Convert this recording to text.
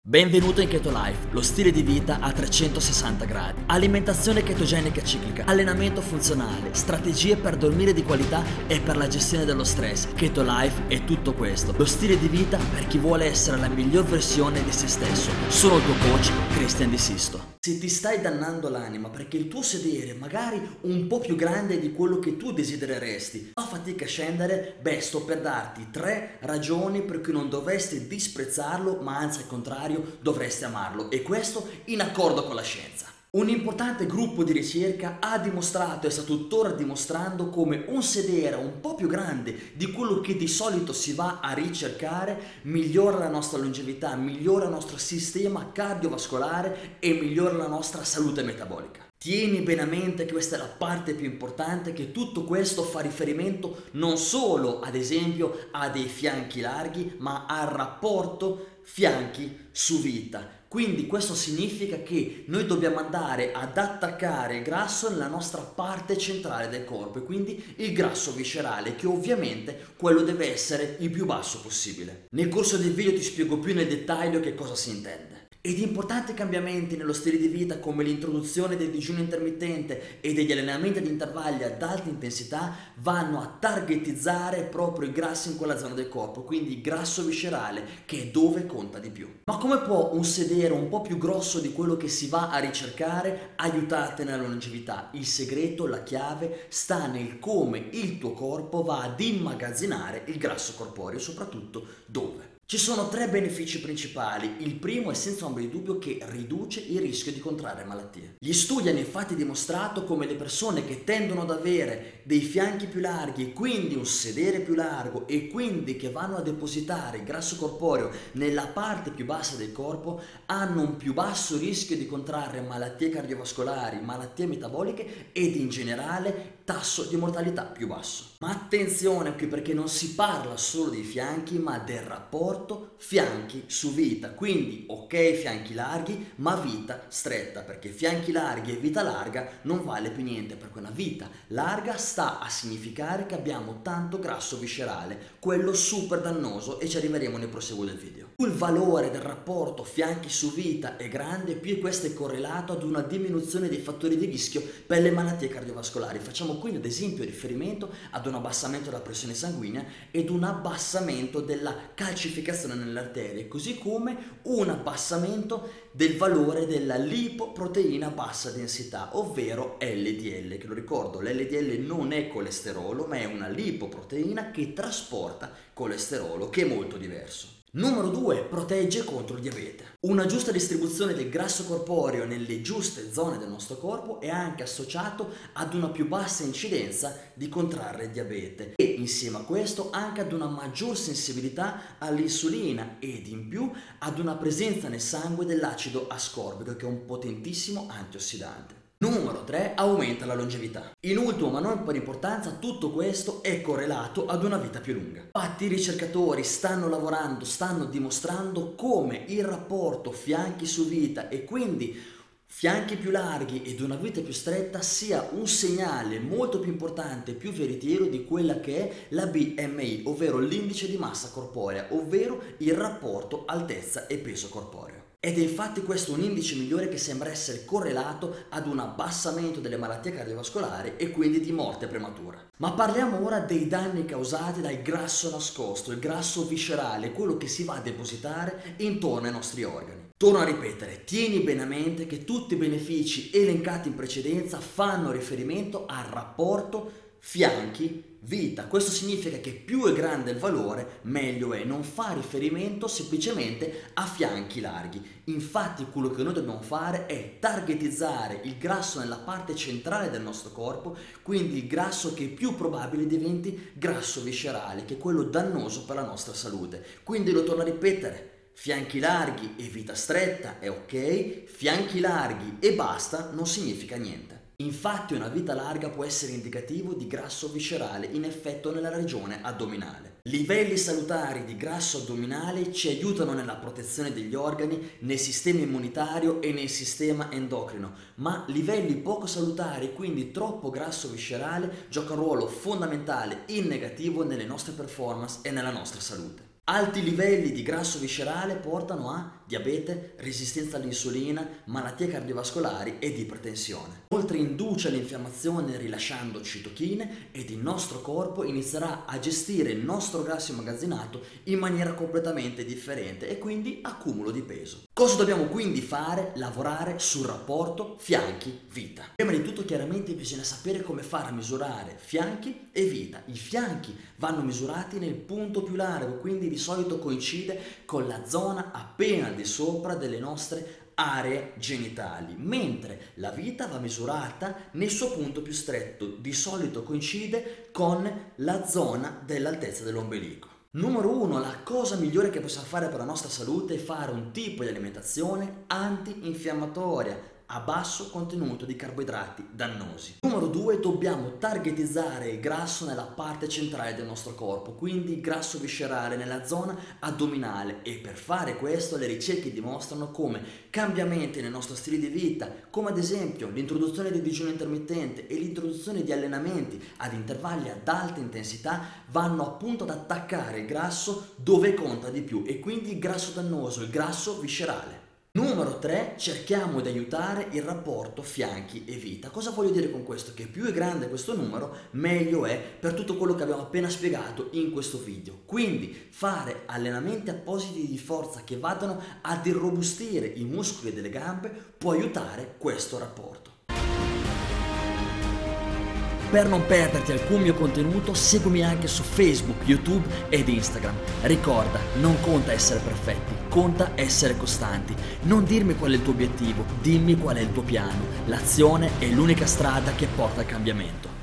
Benvenuto in Keto Life, lo stile di vita a 360 gradi. Alimentazione chetogenica ciclica, allenamento funzionale, strategie per dormire di qualità e per la gestione dello stress. Keto Life è tutto questo. Lo stile di vita per chi vuole essere la miglior versione di se stesso. Sono il tuo coach, Christian Di Sisto. Se ti stai dannando l'anima perché il tuo sedere magari un po' più grande di quello che tu desidereresti, fa fatica a scendere, sto per darti 3 ragioni per cui non dovresti disprezzarlo, ma anzi al contrario dovresti amarlo, e questo in accordo con la scienza. Un importante gruppo di ricerca ha dimostrato e sta tuttora dimostrando come un sedere un po' più grande di quello che di solito si va a ricercare migliora la nostra longevità, migliora il nostro sistema cardiovascolare e migliora la nostra salute metabolica. Tieni bene a mente che questa è la parte più importante, che tutto questo fa riferimento non solo ad esempio a dei fianchi larghi, ma al rapporto fianchi su vita. Quindi questo significa che noi dobbiamo andare ad attaccare il grasso nella nostra parte centrale del corpo, e quindi il grasso viscerale, che ovviamente quello deve essere il più basso possibile. Nel corso del video ti spiego più nel dettaglio che cosa si intende. Ed importanti cambiamenti nello stile di vita, come l'introduzione del digiuno intermittente e degli allenamenti ad intervalli ad alta intensità, vanno a targetizzare proprio i grassi in quella zona del corpo, quindi il grasso viscerale, che è dove conta di più. Ma come può un sedere un po' più grosso di quello che si va a ricercare aiutarti nella longevità? Il segreto, la chiave, sta nel come il tuo corpo va ad immagazzinare il grasso corporeo, soprattutto dove. Ci sono 3 benefici principali. Il primo è senza ombra di dubbio che riduce il rischio di contrarre malattie. Gli studi hanno infatti dimostrato come le persone che tendono ad avere dei fianchi più larghi e quindi un sedere più largo, e quindi che vanno a depositare il grasso corporeo nella parte più bassa del corpo, hanno un più basso rischio di contrarre malattie cardiovascolari, malattie metaboliche ed in generale tasso di mortalità più basso. Ma attenzione qui, perché non si parla solo dei fianchi, ma del rapporto fianchi su vita. Quindi ok fianchi larghi, ma vita stretta, perché fianchi larghi e vita larga non vale più niente, perché una vita larga sta a significare che abbiamo tanto grasso viscerale, quello super dannoso, e ci arriveremo nel proseguo del video. Più il valore del rapporto fianchi su vita è grande, più questo è correlato ad una diminuzione dei fattori di rischio per le malattie cardiovascolari. Facciamo quindi ad esempio riferimento ad un abbassamento della pressione sanguigna ed un abbassamento della calcificazione nelle arterie, così come un abbassamento del valore della lipoproteina a bassa densità, ovvero LDL, che lo ricordo, l'LDL non è colesterolo, ma è una lipoproteina che trasporta colesterolo, che è molto diverso. Numero 2, protegge contro il diabete. Una giusta distribuzione del grasso corporeo nelle giuste zone del nostro corpo è anche associato ad una più bassa incidenza di contrarre il diabete, e insieme a questo anche ad una maggior sensibilità all'insulina, ed in più ad una presenza nel sangue dell'acido ascorbico, che è un potentissimo antiossidante. Numero 3, aumenta la longevità. In ultimo, ma non per importanza, tutto questo è correlato ad una vita più lunga. Infatti i ricercatori stanno lavorando, stanno dimostrando come il rapporto fianchi su vita, e quindi fianchi più larghi ed una vita più stretta, sia un segnale molto più importante, più veritiero di quella che è la BMI, ovvero l'indice di massa corporea, ovvero il rapporto altezza e peso corporeo. Ed è infatti questo un indice migliore che sembra essere correlato ad un abbassamento delle malattie cardiovascolari e quindi di morte prematura. Ma parliamo ora dei danni causati dal grasso nascosto, il grasso viscerale, quello che si va a depositare intorno ai nostri organi. Torno a ripetere, tieni bene a mente che tutti i benefici elencati in precedenza fanno riferimento al rapporto fianchi vita. Questo significa che più è grande il valore, meglio è. Non fa riferimento semplicemente a fianchi larghi. Infatti quello che noi dobbiamo fare è targetizzare il grasso nella parte centrale del nostro corpo, quindi il grasso che è più probabile diventi grasso viscerale, che è quello dannoso per la nostra salute. Quindi lo torno a ripetere: fianchi larghi e vita stretta è ok, fianchi larghi e basta non significa niente. Infatti una vita larga può essere indicativo di grasso viscerale in effetto nella regione addominale. Livelli salutari di grasso addominale ci aiutano nella protezione degli organi, nel sistema immunitario e nel sistema endocrino, ma livelli poco salutari, quindi troppo grasso viscerale, gioca un ruolo fondamentale in negativo nelle nostre performance e nella nostra salute. Alti livelli di grasso viscerale portano a diabete, resistenza all'insulina, malattie cardiovascolari ed ipertensione. Inoltre induce l'infiammazione rilasciando citochine ed il nostro corpo inizierà a gestire il nostro grasso immagazzinato in maniera completamente differente e quindi accumulo di peso. Cosa dobbiamo quindi fare? Lavorare sul rapporto fianchi-vita. Prima di tutto chiaramente bisogna sapere come fare a misurare fianchi e vita. I fianchi vanno misurati nel punto più largo, quindi di solito coincide con la zona appena al di sopra delle nostre aree genitali, mentre la vita va misurata nel suo punto più stretto, di solito coincide con la zona dell'altezza dell'ombelico. Numero 1, la cosa migliore che possiamo fare per la nostra salute è fare un tipo di alimentazione antinfiammatoria a basso contenuto di carboidrati dannosi. Numero 2, dobbiamo targetizzare il grasso nella parte centrale del nostro corpo, quindi il grasso viscerale nella zona addominale, e per fare questo le ricerche dimostrano come cambiamenti nel nostro stile di vita, come ad esempio l'introduzione del digiuno intermittente e l'introduzione di allenamenti ad intervalli ad alta intensità, vanno appunto ad attaccare il grasso dove conta di più, e quindi il grasso dannoso, il grasso viscerale. Numero 3, cerchiamo di aiutare il rapporto fianchi e vita. Cosa voglio dire con questo? Che più è grande questo numero, meglio è per tutto quello che abbiamo appena spiegato in questo video. Quindi fare allenamenti appositi di forza che vadano ad irrobustire i muscoli delle gambe può aiutare questo rapporto. Per non perderti alcun mio contenuto, seguimi anche su Facebook, YouTube ed Instagram. Ricorda, non conta essere perfetti, conta essere costanti. Non dirmi qual è il tuo obiettivo, dimmi qual è il tuo piano. L'azione è l'unica strada che porta al cambiamento.